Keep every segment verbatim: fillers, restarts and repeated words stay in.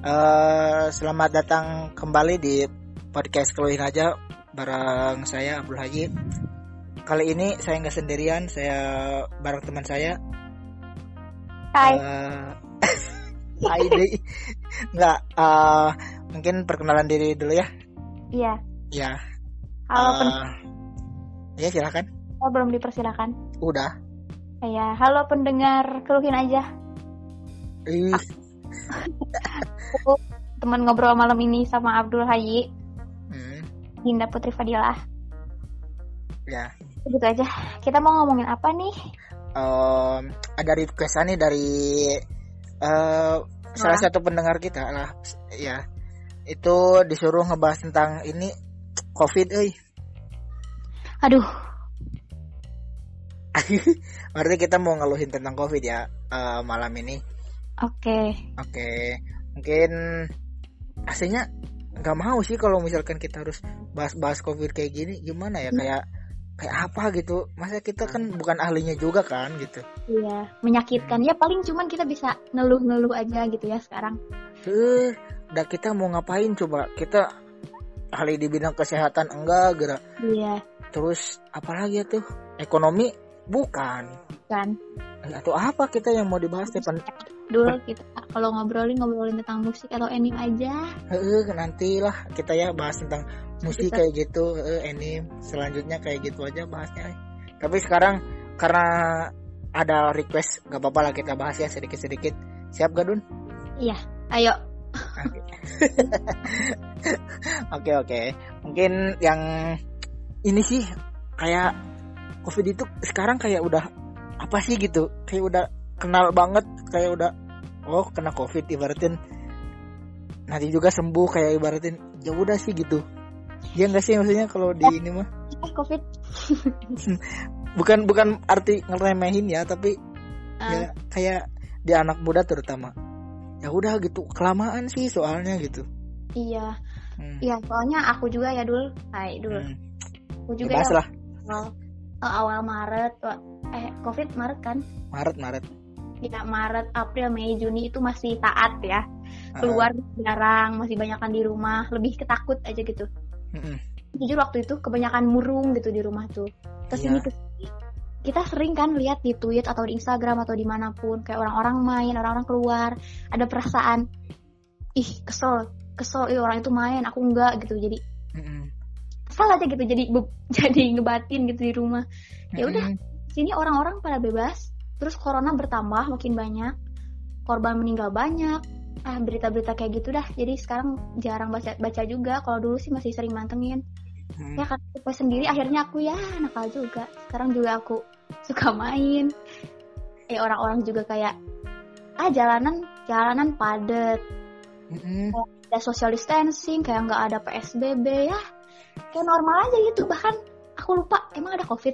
Uh, selamat datang kembali di podcast Keluhin Aja bareng saya Abdul Haji. Kali ini saya nggak sendirian, saya bareng teman saya. Hai. Uh, hai deh. Nggak, uh, mungkin perkenalan diri dulu ya. Iya. Ya. Halo. Uh, pen- ya silakan. oh, belum dipersilakan. Udah. Iya. Halo pendengar Keluhin Aja. Ih. Aku teman ngobrol malam ini sama Abdul Haji, Hmm. Dinda Putri Fadilah. Ya. Begitu aja. Kita mau ngomongin apa nih? Um, ada requestan nih dari uh, salah satu pendengar kita lah, ya. Itu disuruh ngebahas tentang ini COVID, euy. Aduh. Berarti kita mau ngeluhin tentang COVID ya uh, malam ini. Oke. Oke, okay. Mungkin aslinya nggak mau sih kalau misalkan kita harus bahas-bahas COVID kayak gini, gimana ya? Kayak kayak apa gitu? Masa kita kan bukan ahlinya juga kan gitu? Iya, menyakitkan. Ya paling cuman kita bisa ngeluh-ngeluh aja gitu ya sekarang. Eh, udah kita mau ngapain coba? Kita ahli di bidang kesehatan enggak gerak. Iya. Terus apalagi tuh? Ekonomi bukan. Kan. Atau apa kita yang mau dibahas Stepan? Dulu kita kalau ngobrolin ngobrolin tentang musik atau anime aja. Heeh, nantilah kita ya bahas tentang musik kayak gitu, eh, anime selanjutnya kayak gitu aja bahasnya. Tapi sekarang karena ada request, gak apa-apa lah kita bahas ya sedikit-sedikit. Siap gak Dun? Iya, ayo. Oke oke. Mungkin yang ini sih kayak COVID itu sekarang kayak udah apa sih gitu? Kayak udah kenal banget, kayak udah oh kena COVID ibaratin nanti juga sembuh, kayak ibaratin ya udah sih gitu. Ya enggak sih maksudnya kalau di ini mah COVID. bukan bukan arti ngeremehin ya, tapi uh. ya kayak di anak muda terutama. Ya udah gitu, kelamaan sih soalnya gitu. Iya. Hmm. Iya, soalnya aku juga ya Dul. Hai Dul. Hmm. Aku juga ya. Lah. Awal, awal Maret, eh COVID Maret kan? Maret Maret. Ya Maret, April, Mei, Juni itu masih taat ya. Keluar uh-huh. jarang, masih banyakan di rumah, lebih ketakut aja gitu. Uh-uh. Jujur waktu itu kebanyakan murung gitu di rumah tuh. Terus yeah. ini tuh kita sering kan lihat di tweet atau di Instagram atau dimanapun kayak orang-orang main, orang-orang keluar, ada perasaan ih kesel, kesel, ih orang itu main, aku enggak gitu. Jadi uh-uh. kesel aja gitu, jadi be- jadi ngebatin gitu di rumah. Ya udah, uh-uh. sini orang-orang pada bebas. Terus corona bertambah makin banyak, korban meninggal banyak, ah berita-berita kayak gitu dah. Jadi sekarang jarang baca baca juga. Kalau dulu sih masih sering mantengin. Hmm. Ya kan aku sendiri akhirnya aku ya nakal juga. Sekarang juga aku suka main. Eh orang-orang juga kayak ah jalanan jalanan padat. Mm-hmm. Ada social distancing, kayak nggak ada P S B B ya. Kayak normal aja gitu. Bahkan aku lupa emang ada COVID.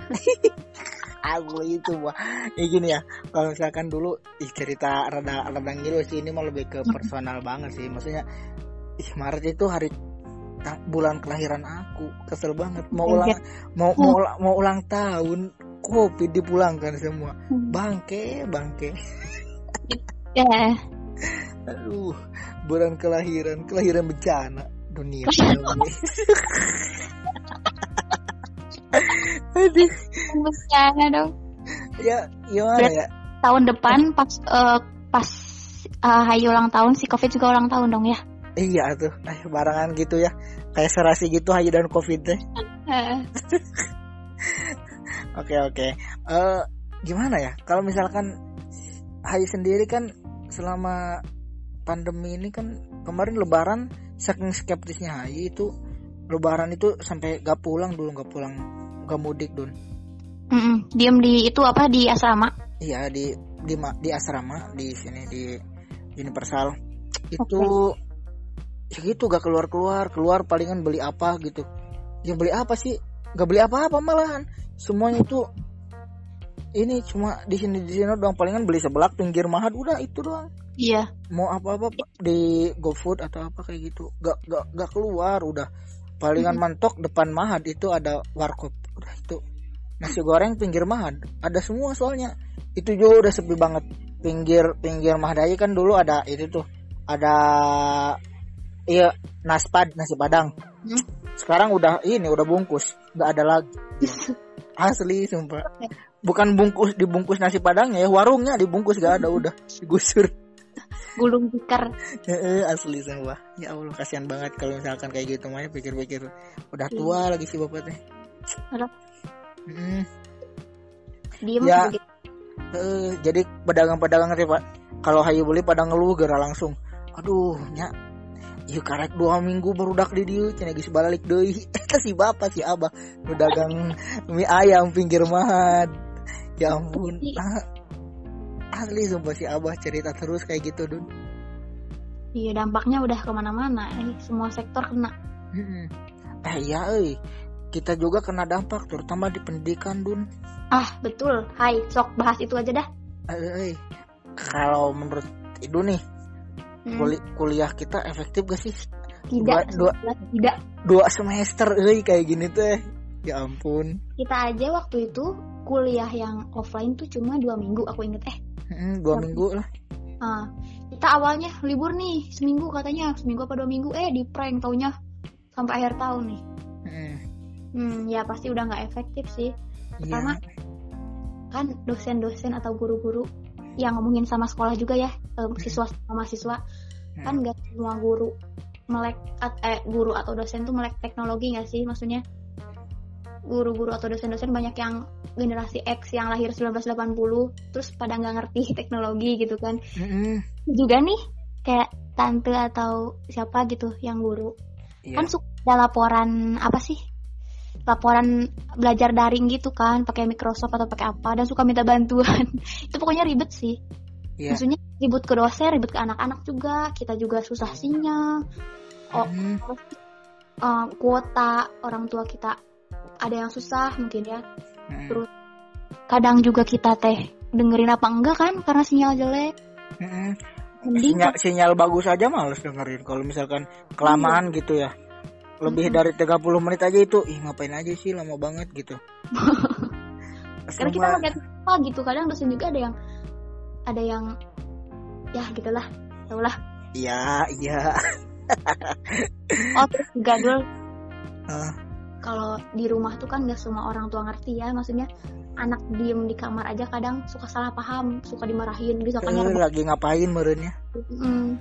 Aku itu wah, ya gini ya. Kalau misalkan dulu ih cerita rada rada ngilu sih, ini mah lebih ke personal banget sih. Maksudnya ih Maret itu hari ta- bulan kelahiran aku. Kesel banget mau ulang mau mau mau ulang tahun, COVID dipulangkan semua. Bangke, bangke. Ya. Yeah. Aduh, bulan kelahiran, kelahiran bencana dunia. Aduh, bencana dong. Ya, gimana ya? Tahun depan pas uh, pas uh, Hayu ulang tahun, si COVID juga ulang tahun dong ya? Iya tuh, eh, barengan gitu ya, kayak serasi gitu Hayu dan COVID deh. Oke oke, uh, gimana ya? Kalau misalkan Hayu sendiri kan selama pandemi ini kan kemarin Lebaran saking skeptisnya Hayu itu Lebaran itu sampai gak pulang dulu, gak pulang, gak mudik Dun. Mm-mm. Diem di itu apa di asrama? Iya di di di asrama di sini di Universal itu okay. Ya gitu gak keluar keluar keluar palingan beli apa gitu. Ya beli apa sih? Gak beli apa-apa malahan. Semuanya itu ini cuma di sini di sini doang, palingan beli seblak pinggir Mahat udah itu doang. Iya. Mau apa-apa di GoFood atau apa kayak gitu. Gak gak gak keluar udah. Palingan mm-hmm. mantok depan Mahat itu ada warkop. Udah itu. Nasi goreng pinggir Mahat ada semua soalnya. Itu juga udah sepi banget. Pinggir pinggir Mahat aja kan dulu ada itu tuh. ada iya naspad nasi padang. Hmm? Sekarang udah ini udah bungkus, nggak ada lagi. Asli sumpah. Bukan bungkus dibungkus nasi padangnya ya, warungnya dibungkus gak ada, udah digusur. Gulung tikar. Asli sumpah. Ya Allah kasihan banget kalau misalkan kayak gitu, makanya pikir-pikir udah tua hmm. lagi si bapak teh. Hmm. Diem ya. Uh, jadi pedagang-pedagang sih Pak, kalau hayu beli pada ngeluh gara langsung. Aduh nya ieu karek dua minggu barudak di dieu cenah geus balik deui. Eta si bapak si abah nu dagang mie ayam pinggir mahad. Ya ampun. Ah, asli sumpah si abah cerita terus kayak gitu Dun. Iya dampaknya udah kemana-mana, eh, semua sektor kena. Hmm. Eh iya euy, kita juga kena dampak terutama di pendidikan Dun. Ah betul, hai sok bahas itu aja dah. Eh, eh. Kalau menurut Idu nih, hmm. kul- kuliah kita efektif gak sih? Tidak, dua, dua, tidak. Dua semester euy kayak gini teh. Ya ampun. Kita aja waktu itu kuliah yang offline tuh cuma dua minggu, aku inget eh. Hmm, dua minggu lah. Ah, kita awalnya libur nih seminggu katanya, seminggu apa dua minggu, eh di prank taunya sampai akhir tahun nih. Hmm, hmm ya pasti udah nggak efektif sih. Pertama yeah. kan dosen-dosen atau guru-guru yang ngomongin sama sekolah juga ya, hmm. siswa sama mahasiswa hmm. kan nggak semua guru melek eh guru atau dosen tuh melek teknologi nggak sih, maksudnya guru-guru atau dosen-dosen banyak yang generasi X yang lahir sembilan belas delapan puluh terus pada nggak ngerti teknologi gitu kan. Mm-hmm. Juga nih kayak tante atau siapa gitu yang guru yeah. kan suka ada laporan apa sih, laporan belajar daring gitu kan pakai Microsoft atau pakai apa dan suka minta bantuan. Itu pokoknya ribet sih yeah. maksudnya ribut ke dosen, ribut ke anak-anak juga, kita juga susah sinyal. Oh mm-hmm. uh, kuota orang tua kita ada yang susah mungkin ya. Hmm. Terus kadang juga kita teh dengerin apa enggak kan karena sinyal jelek. Hmm. Sinyal, sinyal bagus aja males dengerin. Kalau misalkan kelamaan hmm. gitu ya, lebih hmm. dari tiga puluh menit aja itu, ih ngapain aja sih lama banget gitu. Karena kita ngeliat apa gitu, kadang dosen juga ada yang ada yang ya gitulah, tau lah. Iya iya. Oh terus gadul. Uh. Kalau di rumah tuh kan gak semua orang tua ngerti ya, maksudnya anak diem di kamar aja kadang suka salah paham, suka dimarahin gitu kan. Eh, lagi ngapain merenya? Mm.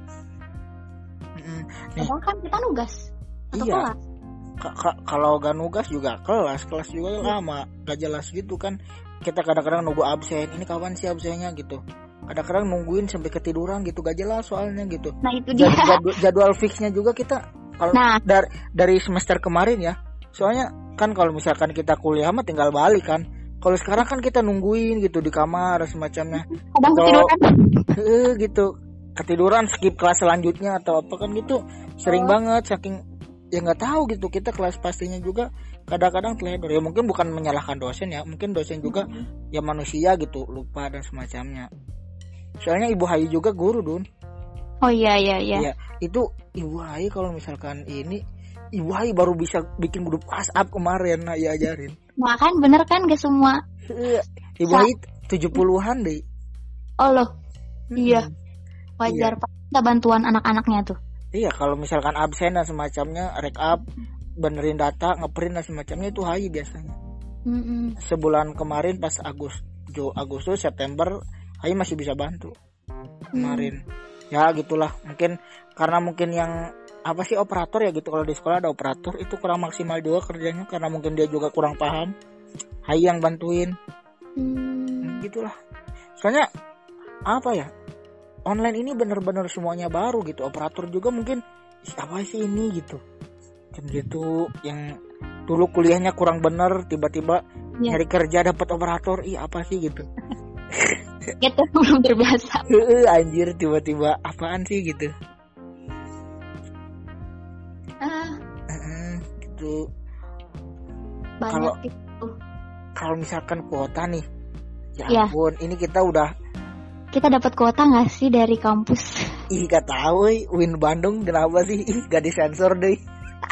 Mm. Padahal kan kita nugas atau iya. kelas. K- k- kalau gak nugas juga kelas, kelas juga iya. lama, gak jelas gitu kan. Kita kadang-kadang nunggu absen, ini kapan sih absennya gitu. Kadang-kadang nungguin sampai ketiduran gitu, gak jelas soalnya gitu. Nah itu dia. Jadwal, jadwal fixnya juga kita kalau nah. dari dari semester kemarin ya. Soalnya kan kalau misalkan kita kuliah mah tinggal balik kan. Kalau sekarang kan kita nungguin gitu di kamar semacamnya. Kadang ketiduran. Eh gitu. Ketiduran skip kelas selanjutnya atau apa kan gitu. Sering oh. banget saking ya nggak tahu gitu. Kita kelas pastinya juga kadang-kadang teledor. Ya mungkin bukan menyalahkan dosen ya. Mungkin dosen juga hmm. ya manusia gitu, lupa dan semacamnya. Soalnya Ibu Hayu juga guru, Dun. Oh iya iya iya. Ya, itu Ibu Hayu kalau misalkan ini Ibu Hayu baru bisa bikin grup WhatsApp kemarin, nah ya ajarin. Nah kan bener kan gak semua. Ibu Hayu tujuh puluhan deh. Oh loh. Hmm. Iya. Wajar Pak. Kita bantuan anak-anaknya tuh. Iya, kalau misalkan absen dan semacamnya, rekap, benerin data, ngeprint dan semacamnya itu Hayu biasanya. Mm-hmm. Sebulan kemarin pas Agustus, Agustus, September, Hayu masih bisa bantu. Kemarin. Mm. Ya gitulah. Mungkin karena mungkin yang apa sih operator ya gitu, kalau di sekolah ada operator itu kurang maksimal juga kerjanya karena mungkin dia juga kurang paham. Hai yang bantuin. Hmm. Gitulah. Soalnya apa ya? Online ini benar-benar semuanya baru gitu. Operator juga mungkin siapa sih ini gitu. Kan gitu yang dulu kuliahnya kurang bener tiba-tiba ya. Nyari kerja dapat operator, ih apa sih gitu. Kita belum terbiasa. Heeh, anjir tiba-tiba apaan sih gitu. Gitu. Kalau gitu. Kalau misalkan kuota nih, ya, ya ampun, ini kita udah kita dapat kuota nggak sih dari kampus? Ih, gak tahu, U I N Bandung kenapa sih? Ih, gak disensor deh.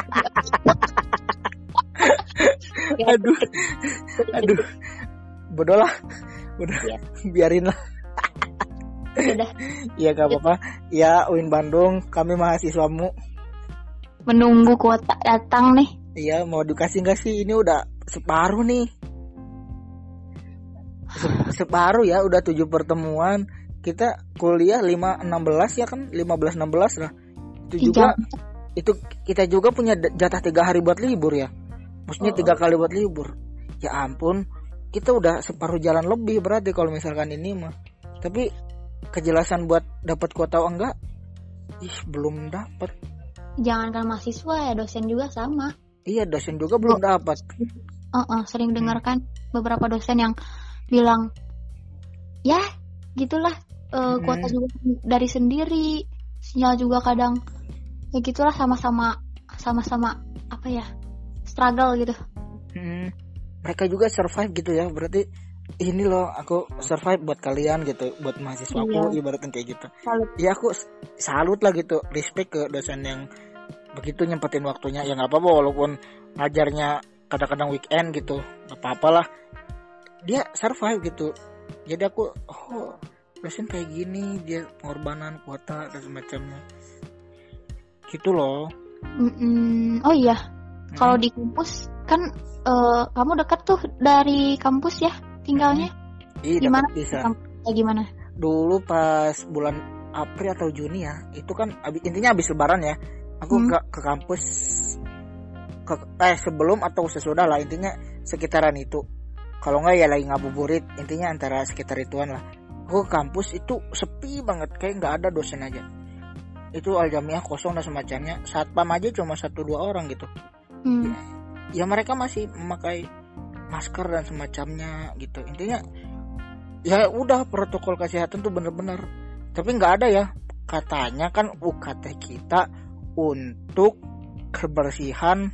aduh, aduh, bodoh lah, udah ya. Biarin lah. Udah. Iya gak apa-apa. Ya U I N Bandung, kami mahasiswamu. Menunggu kuota datang nih. Iya, mau dikasih nggak sih? Ini udah separuh nih. Se- separuh ya, udah tujuh pertemuan. Kita kuliah lima enam belas ya kan, lima belas enam belas lah. Itu juga Tiga. itu kita juga punya d- jatah tiga hari buat libur ya. Maksudnya Oh, tiga kali buat libur. Ya ampun, kita udah separuh jalan lebih berarti kalau misalkan ini mah. Tapi kejelasan buat dapat kuota atau enggak, ih belum dapat. jangankan mahasiswa ya, dosen juga sama. Iya, dosen juga belum dapat. Uh-uh, sering dengarkan beberapa dosen yang bilang, ya gitulah, eh, Hmm. kuota juga dari sendiri, sinyal juga kadang, ya gitulah, sama-sama sama-sama apa ya, struggle gitu. Hmm, mereka juga survive gitu ya. Berarti ini loh, aku survive buat kalian gitu, buat mahasiswaku, Iya. ibaratnya kayak gitu. Salut. Ya aku s- salut lah gitu, respect ke dosen yang begitu nyempetin waktunya. Ya nggak apa-apa walaupun ngajarnya kadang-kadang weekend gitu, nggak apa-apa lah. Dia survive gitu. Jadi aku, oh dosen kayak gini, dia pengorbanan kuota dan semacamnya. Gitu loh. Mm-mm. Oh iya, Hmm. kalau di kampus kan, eh, kamu dekat tuh dari kampus ya tinggalnya. Ih, Gimana dapat bisa. kampus? Ya, gimana? Dulu pas bulan April atau Juni ya, itu kan abi- intinya habis lebaran ya, aku Hmm. ke, ke kampus ke, eh sebelum atau sesudah lah, intinya sekitaran itu. Kalau nggak ya lagi ngabuburit, intinya antara sekitar ituan lah. Aku ke kampus itu sepi banget, kayak nggak ada dosen aja. Itu aljamiah kosong dan semacamnya. Satpam aja cuma satu dua orang gitu. Hmm. Ya mereka masih memakai masker dan semacamnya gitu. Intinya ya udah, protokol kesehatan tuh bener-bener. Tapi nggak ada ya, katanya kan U K T kita untuk kebersihan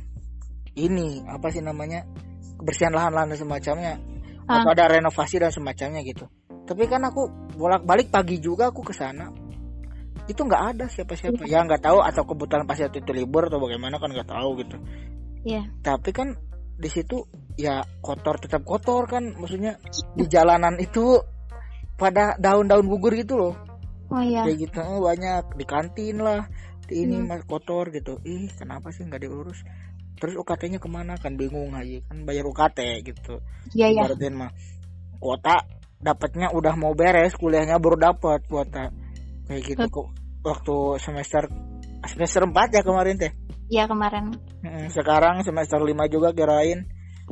ini apa sih namanya, kebersihan lahan-lahan dan semacamnya, Ah. atau ada renovasi dan semacamnya gitu. Tapi kan aku bolak-balik pagi juga aku ke sana, itu nggak ada siapa-siapa. Ya nggak tahu, atau kebetulan pas itu libur atau bagaimana kan nggak tahu gitu. Iya. Tapi kan di situ ya kotor, tetap kotor kan, maksudnya di jalanan itu pada daun-daun gugur gitu loh. Oh iya. Kayak gitu, oh, banyak di kantin lah, di ini Hmm. mas kotor gitu. Ih kenapa sih nggak diurus? Terus U K T-nya kemana, kan bingung aja kan, bayar U K T gitu. Iya ya. Ibaratnya mah kuota dapatnya udah mau beres, kuliahnya baru dapat kuota kayak gitu kok. Waktu semester semester empat ya kemarin teh. Iya kemarin. Hmm, sekarang semester lima juga, kirain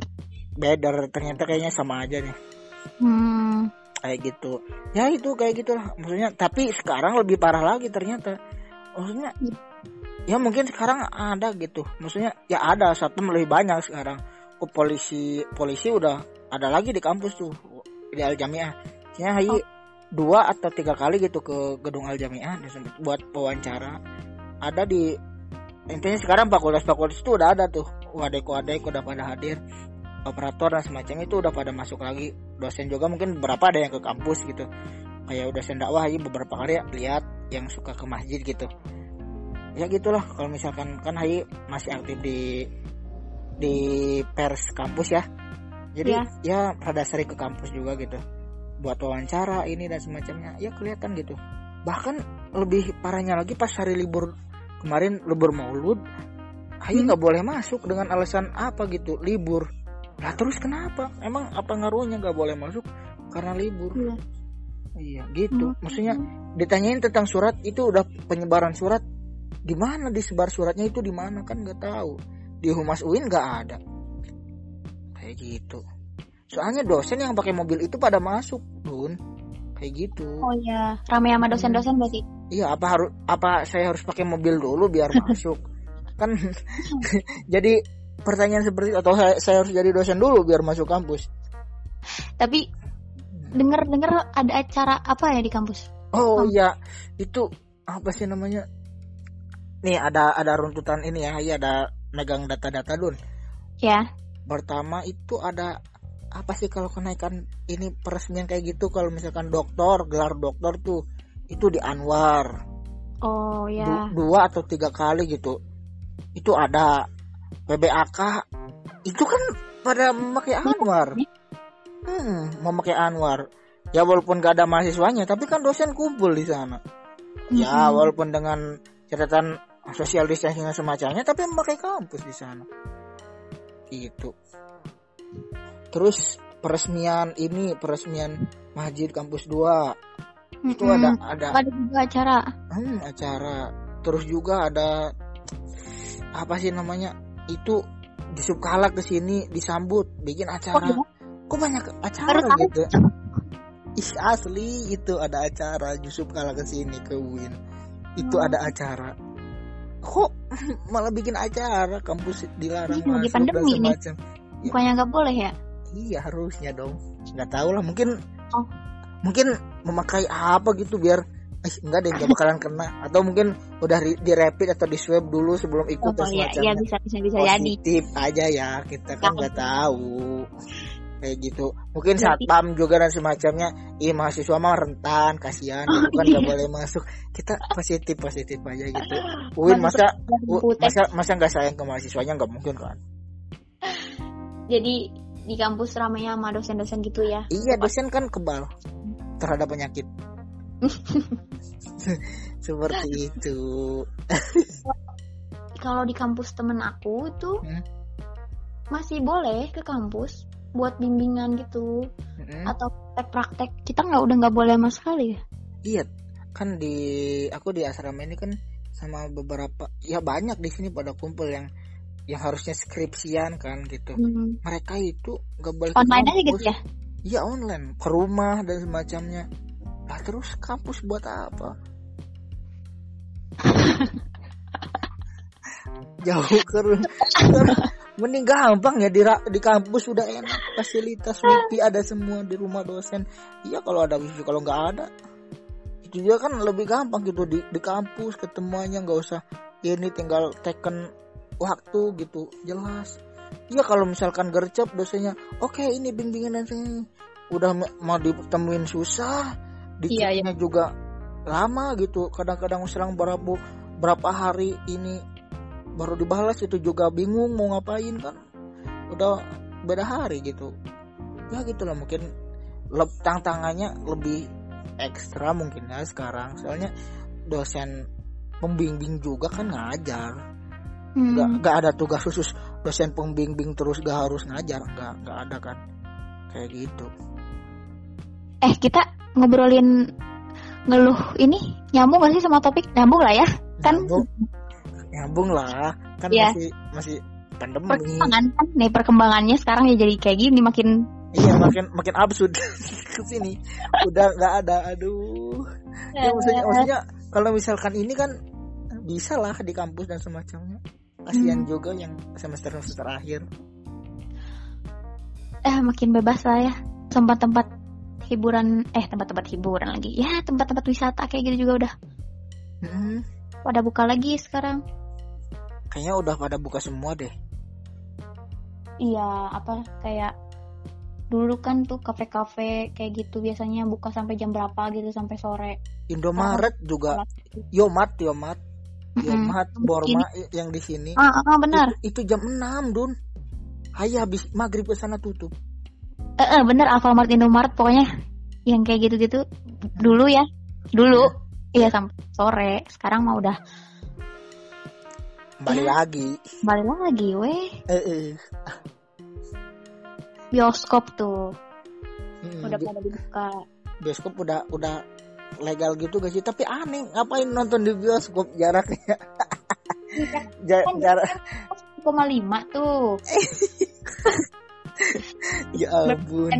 beda, ternyata kayaknya sama aja nih. Hmm. Kayak gitu. Ya itu kayak gitulah maksudnya. Tapi sekarang lebih parah lagi ternyata. Maksudnya ya mungkin sekarang ada gitu. Maksudnya ya ada, satpam lebih banyak sekarang. Ke polisi polisi udah ada lagi di kampus tuh, di Al Jamiah. Kayaknya hari Oh. dua atau tiga kali gitu ke gedung Al Jamiah buat wawancara. Ada di, intinya sekarang fakultas-fakultas itu udah ada tuh. Wadek-wadek udah pada hadir. Operator dan semacamnya itu udah pada masuk lagi. Dosen juga mungkin beberapa ada yang ke kampus gitu. Kayak dosen dakwah aja beberapa kali ya lihat yang suka ke masjid gitu. Ya gitulah, kalau misalkan kan Hayi masih aktif di di pers kampus ya. Jadi Ya. ya pada sering ke kampus juga gitu. Buat wawancara ini dan semacamnya. Ya kelihatan gitu. Bahkan lebih parahnya lagi pas hari libur kemarin, libur Maulud, Hayi nggak Hmm. boleh masuk dengan alasan apa gitu, libur. Lah terus kenapa? Emang apa ngaruhnya nggak boleh masuk karena libur? Iya. Iya gitu. Hmm. Maksudnya ditanyain tentang surat, itu udah penyebaran surat, di mana disebar suratnya itu, di mana kan nggak tahu. Di Humas U I N nggak ada. Kayak gitu. Soalnya dosen yang pakai mobil itu pada masuk, Bun. Kayak gitu. Oh iya, ramai sama dosen-dosen berarti. Iya, apa harus apa saya harus pakai mobil dulu biar masuk? Kan jadi pertanyaan seperti itu, atau saya, saya harus jadi dosen dulu biar masuk kampus. Tapi dengar-dengar ada acara apa ya di kampus? Oh Oh. iya, itu apa sih namanya? Nih ada ada runtutan ini ya, iya ada megang data-data Dun. Ya. Pertama itu ada apa sih kalau kenaikan ini peresmian kayak gitu, kalau misalkan doktor, gelar doktor tuh itu di Anwar. Oh ya. Du- dua atau tiga kali gitu. Itu ada P B A K, itu kan pada memakai Anwar. Hmm, memakai Anwar. Ya walaupun gak ada mahasiswanya, tapi kan dosen kumpul di sana. Mm-hmm. Ya walaupun dengan catatan social distancing semacamnya, tapi memakai kampus di sana. Gitu. Terus peresmian ini, peresmian Masjid Kampus dua. Mm-hmm. Itu ada ada ada juga acara. Hmm, acara. Terus juga ada apa sih namanya? Itu Yusuf Kala ke sini disambut, bikin acara. Oh, iya? Kok banyak acara gitu? Ih, asli itu ada acara Yusuf Kala ke sini ke U I N. Itu hmm. ada acara. Kok malah bikin acara, kampus dilarang masuk dan semacam. Ya. Bukannya nggak boleh ya? Iya, harusnya dong. Nggak tahu lah, mungkin oh. mungkin memakai apa gitu biar eh enggak deh, enggak bakalan kena, atau mungkin udah di, di rapid atau di swab dulu sebelum ikut oh, tes iya, semacamnya. Iya, bisa bisa bisa positif jadi. aja ya, kita kan nggak tahu. Kayak gitu. Mungkin satpam juga dan semacamnya. Ih, mahasiswa mah rentan, kasihan gitu kan nggak boleh masuk. Kita positif positif aja gitu. Uin masa u, masa masa nggak sayang ke mahasiswanya, nggak mungkin kan. Jadi di kampus ramainya sama dosen-dosen gitu ya. Iya, dosen kan kebal terhadap penyakit. Seperti itu. Kalau di kampus temen aku itu hmm? masih boleh ke kampus buat bimbingan gitu, hmm? atau praktek-praktek. Kita nggak udah nggak boleh sama sekali ya? Iya, kan di aku di asrama ini kan sama beberapa, ya banyak di sini pada kumpul yang yang harusnya skripsian kan gitu. Hmm. Mereka itu nggak boleh online aja gitu ya? Iya, online, ke rumah dan semacamnya. Lah terus kampus buat apa? Jauh ke mending gampang ya di di kampus udah enak, fasilitas wifi ada semua di rumah dosen. Iya kalau ada wifi, kalau nggak ada itu juga kan lebih gampang gitu di di kampus ketemuannya, nggak usah ya ini tinggal teken waktu gitu jelas. Iya kalau misalkan gercep dosennya, oke okay, ini bimbingan dan sini udah mau ditemuin susah. Dikitnya iya, iya. juga lama gitu, kadang-kadang selang berapa berapa hari ini baru dibalas, itu juga bingung mau ngapain kan, udah beda hari gitu ya gitulah. Mungkin le- tantangannya lebih ekstra mungkin ya sekarang, soalnya dosen pembimbing juga kan ngajar, hmm. nggak nggak ada tugas khusus dosen pembimbing terus gak harus ngajar, nggak nggak ada kan kayak gitu. Eh kita ngobrolin ngeluh ini nyambung gak sih sama topik? Nyambung lah ya kan? Nyambung, nyambung lah kan yeah. masih masih pandemi. Perkembangan kan nih, perkembangannya sekarang ya jadi kayak gini, makin iya makin makin absurd ke sini. Udah nggak ada, aduh. Ya, maksudnya, maksudnya kalau misalkan ini kan bisa lah di kampus dan semacamnya. Kasihan hmm. juga yang semester semester akhir. Eh makin bebas lah ya, tempat-tempat hiburan, eh tempat-tempat hiburan lagi ya, tempat-tempat wisata kayak gitu juga udah hmm. pada buka lagi sekarang. Kayaknya udah pada buka semua deh. Iya, apa kayak dulu kan tuh kafe-kafe kayak gitu biasanya buka sampai jam berapa gitu, sampai sore. Indomaret oh, juga, Yomat, Yomat, Yomat, mm-hmm. Borma yang di sini. Ah, ah benar. Itu, itu jam enam, Dun. Hayah habis maghrib ke sana tutup. Eh, eh bener, Alfamart, Indomaret pokoknya yang kayak gitu-gitu dulu ya, dulu iya sampai sore. Sekarang mah udah balik ya, lagi, balik lagi, weh. Eh, eh. Bioskop tuh hmm, udah bi- pada dibuka. Bioskop udah udah legal gitu gak sih? Tapi aneh, ngapain nonton di bioskop jaraknya? ja- kan jarak satu koma lima tuh. Ya ampun.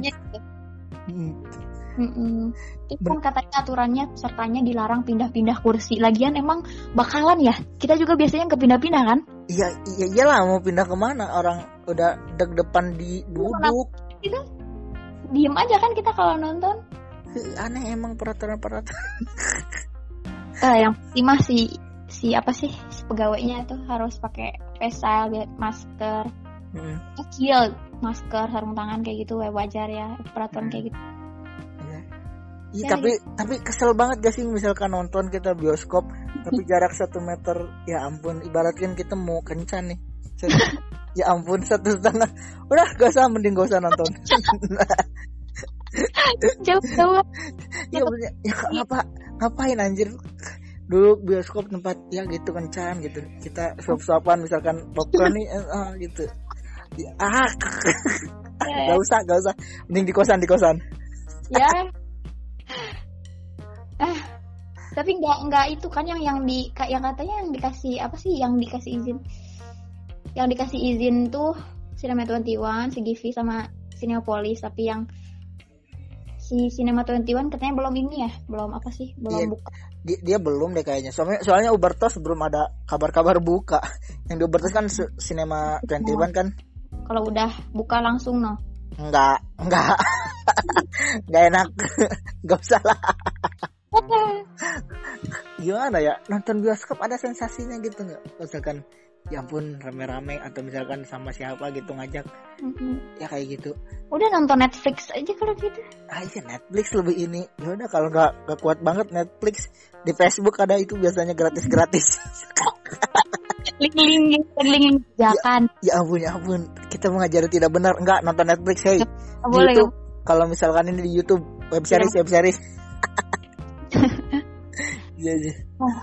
Hmm. Itu kan katanya aturannya pesertanya dilarang pindah-pindah kursi. Lagian emang bakalan ya? Kita juga biasanya nggak pindah-pindah kan? Iya, iya iyalah, mau pindah kemana? Orang udah deg-depan di duduk. Kita diem aja kan kita kalau nonton. Aneh emang peraturan-peraturan. Eh, yang pasti masih si apa sih si pegawainya itu harus pakai face shield, masker, hmm. kecil, masker, sarung tangan kayak gitu, wajar ya peraturan hmm. kayak gitu. Iya, ya, tapi ya. tapi kesel banget gak sih misalkan nonton kita bioskop tapi jarak satu meter, ya ampun, ibaratkan kita mau kencan nih, ya ampun satu setengah, udah gak usah, mending gak usah nonton. Jauh-jauh. Iya maksudnya ya ngapa ngapain anjir, dulu bioskop tempat ya gitu kencan gitu, kita suap-suapan misalkan popcorn nih ah gitu ya, ah gak usah gak usah mending di kosan di kosan Ya. Ah, tapi nggak nggak itu kan yang yang di yang katanya yang dikasih apa sih yang dikasih izin yang dikasih izin tuh Cinema dua puluh satu, C G V sama Cinepolis, tapi yang si Cinema dua puluh satu katanya belum ini ya, belum apa sih, belum dia, buka. Dia, dia belum deh kayaknya. Soalnya soalnya Ubertos belum ada kabar-kabar buka. Yang di Ubertos kan Cinema dua puluh satu kan. Kalau udah buka langsung no. Enggak, enggak. Enggak enak. Enggak usah lah. Gimana ya? Nonton bioskop ada sensasinya gitu enggak? Misalkan ya ampun rame-rame atau misalkan sama siapa gitu ngajak. Mm-hmm. Ya kayak gitu. Udah nonton Netflix aja kalau gitu. Ah iya Netflix lebih ini. Ya udah kalau enggak enggak kuat banget Netflix, di Facebook ada itu biasanya gratis-gratis. Link-link link-link jangan. Ya, ya ampun ya ampun. Kita mengajari tidak benar. Enggak nonton Netflix, hey. Boleh. YouTube. Kalau misalkan ini di YouTube web series ya. web series. Iya sih.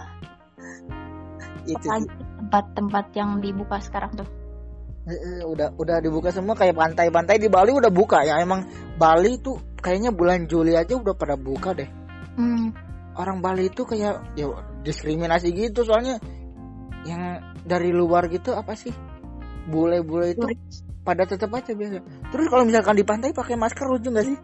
Itu tempat-tempat yang dibuka sekarang tuh. Uh, udah udah dibuka semua, kayak pantai-pantai di Bali udah buka ya. Emang Bali tuh kayaknya bulan Juli aja udah pada buka deh. Hmm. Orang Bali itu kayak ya diskriminasi gitu, soalnya yang dari luar gitu apa sih, bule-bule itu Turis. Pada tetap aja biasa. Terus kalau misalkan di pantai pakai masker lucu nggak sih?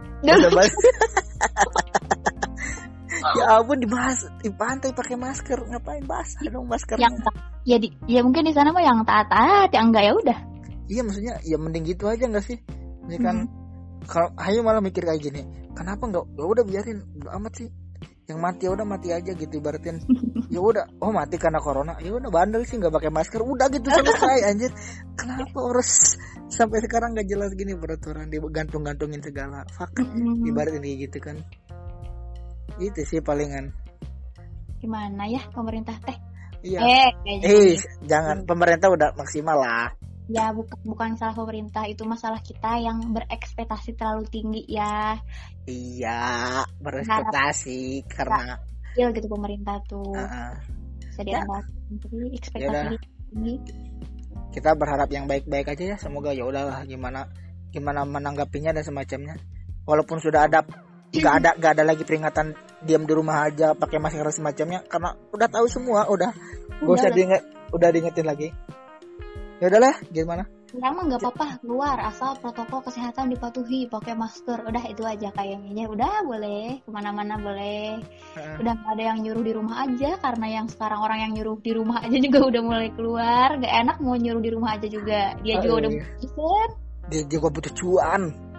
Ya ampun, dibahas di pantai pakai masker, ngapain basah dong maskernya? Yang ya di, ya mungkin di sana mah yang taat-taat, yang enggak ya udah. Iya maksudnya ya mending gitu aja nggak sih? Ini kan hmm. Kalau ayo malah mikir kayak gini, kenapa nggak? Ya udah biarin, amat sih. Yang mati ya udah mati aja gitu, ibaratin. Ya udah, oh mati karena corona, ya udah bandel sih nggak pakai masker, udah gitu selesai anjir. Kenapa harus sampai sekarang nggak jelas gini peraturan, digantung-gantungin segala? Fuck, mm-hmm. Ibaratin kayak gitu kan. Gitu sih palingan. Gimana ya pemerintah teh? Iya. Eh, eh jangan, pemerintah udah maksimal lah. Ya bukan bukan salah pemerintah, itu masalah kita yang berekspektasi terlalu tinggi ya. Iya, berekspektasi karena kecil gitu pemerintah tuh. Uh-uh. Bisa diandalkan, tapi ekspektasi tinggi. Kita berharap yang baik-baik aja ya, semoga ya udahlah gimana gimana menanggapinya dan semacamnya. Walaupun sudah ada nggak ada nggak ada lagi peringatan diam di rumah aja pakai masker dan semacamnya, karena udah tahu semua, udah nggak usah diinget, udah diingetin lagi. Ya udahlah, gimana? Ya mah nggak apa-apa keluar asal protokol kesehatan dipatuhi, pakai masker, udah itu aja kayaknya. Udah boleh kemana-mana boleh. Uh. Udah nggak ada yang nyuruh di rumah aja, karena yang sekarang orang yang nyuruh di rumah aja juga udah mulai keluar. Gak enak mau nyuruh di rumah aja juga. Dia uh, juga udah butuh. Dia juga butuh cuan.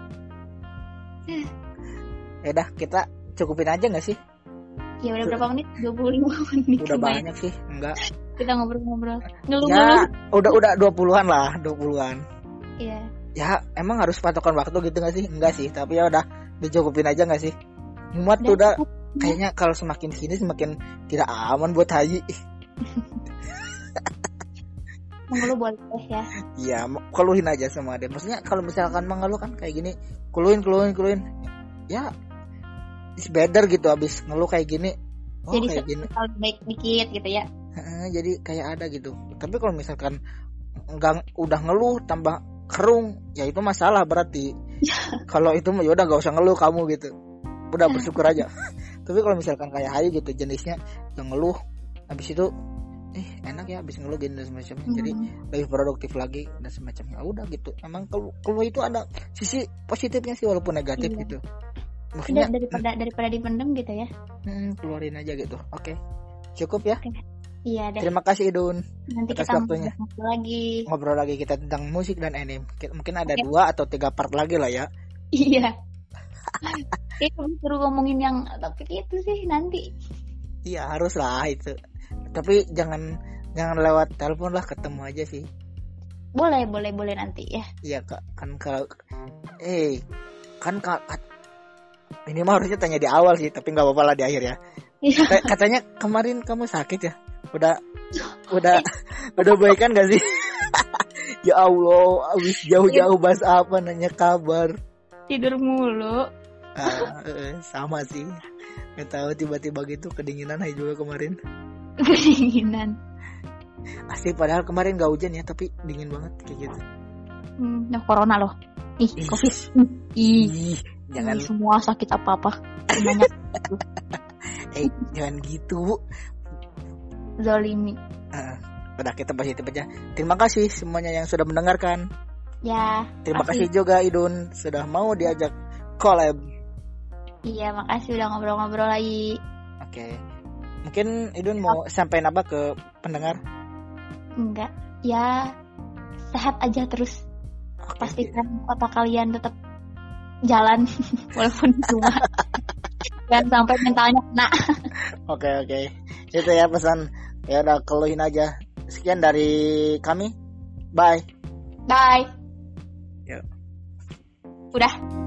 Ya udah kita cukupin aja nggak sih? Ya udah berapa menit? dua puluh lima menit. Udah banyak sih, enggak. Kita ngobrol-ngobrol. Ngeluh-ngeluh. Ya, udah udah dua puluhan lah, dua puluhan. Iya. Ya, emang harus patokan waktu gitu enggak sih? Enggak sih, tapi ya udah dicukupin aja enggak sih? Muat tuh udah kayaknya kalau semakin sini semakin tidak aman buat Haji. Mengeluh boleh ya. Iya, keluhin aja sama dia. Maksudnya kalau misalkan mengeluh kan kayak gini, keluhin keluhin keluhin. Ya, it's better gitu abis ngeluh kayak gini. Oh, jadi kayak gini. Baik dikit gitu ya. Jadi kayak ada gitu. Tapi kalau misalkan enggak udah ngeluh tambah kerung, ya itu masalah berarti. Kalau itu ya udah gak usah ngeluh kamu gitu. Udah bersyukur aja. Tapi kalau misalkan kayak Hayu gitu jenisnya yang ngeluh, habis itu eh enak ya habis ngeluh gini dan semacamnya. Mm-hmm. Jadi lebih produktif lagi dan semacamnya. Udah gitu. Emang kalau keluh itu ada sisi positifnya sih walaupun negatif iya. Gitu. Maksudnya daripada daripada dipendam gitu ya. Hmm, keluarin aja gitu. Oke. Okay. Cukup ya? Okay. Iya deh. Terima kasih Idun. Nanti atas kita waktunya. Ngobrol lagi. Ngobrol lagi kita tentang musik dan anime. Mungkin ada okay. dua atau tiga part lagi lah ya. Iya. Kita suruh ngomongin yang topik itu sih nanti. Iya harus lah itu. Tapi jangan jangan lewat telepon lah, ketemu aja sih. Boleh boleh boleh nanti ya. Iya kak, kan kalau eh kan kak ini mah harusnya tanya di awal sih, tapi nggak apa-apa lah di akhir ya. Iya. Katanya kemarin kamu sakit ya? Udah udah udah baikan gak sih? Ya Allah, abis jauh-jauh bahas apa nanya kabar. Tidur mulu. Ah, eh, sama sih. Nggak tahu tiba-tiba gitu kedinginan aja juga kemarin. Kedinginan. Asli padahal kemarin gak hujan ya, tapi dingin banget kayak gitu. Hmm, nah corona loh. Ih, Ih. covid. Ih, Ih, jangan Ih, semua sakit apa-apa. Semuanya eh jangan gitu. zolimi. Ah, udah kita bahas itu aja. Terima kasih semuanya yang sudah mendengarkan. Ya. Terima kasih juga Idun sudah mau diajak collab. Iya, makasih udah ngobrol-ngobrol lagi. Oke. Mungkin Idun mau sampaikan apa ke pendengar? Enggak. Ya, sehat aja terus. Oke. Pastikan otak kalian tetap jalan walaupun di rumah. Jangan sampai mentalnya kena. Oke oke. Itu ya pesan. Ya udah keluhin aja. Sekian dari kami. Bye. Bye. Yuk. Udah.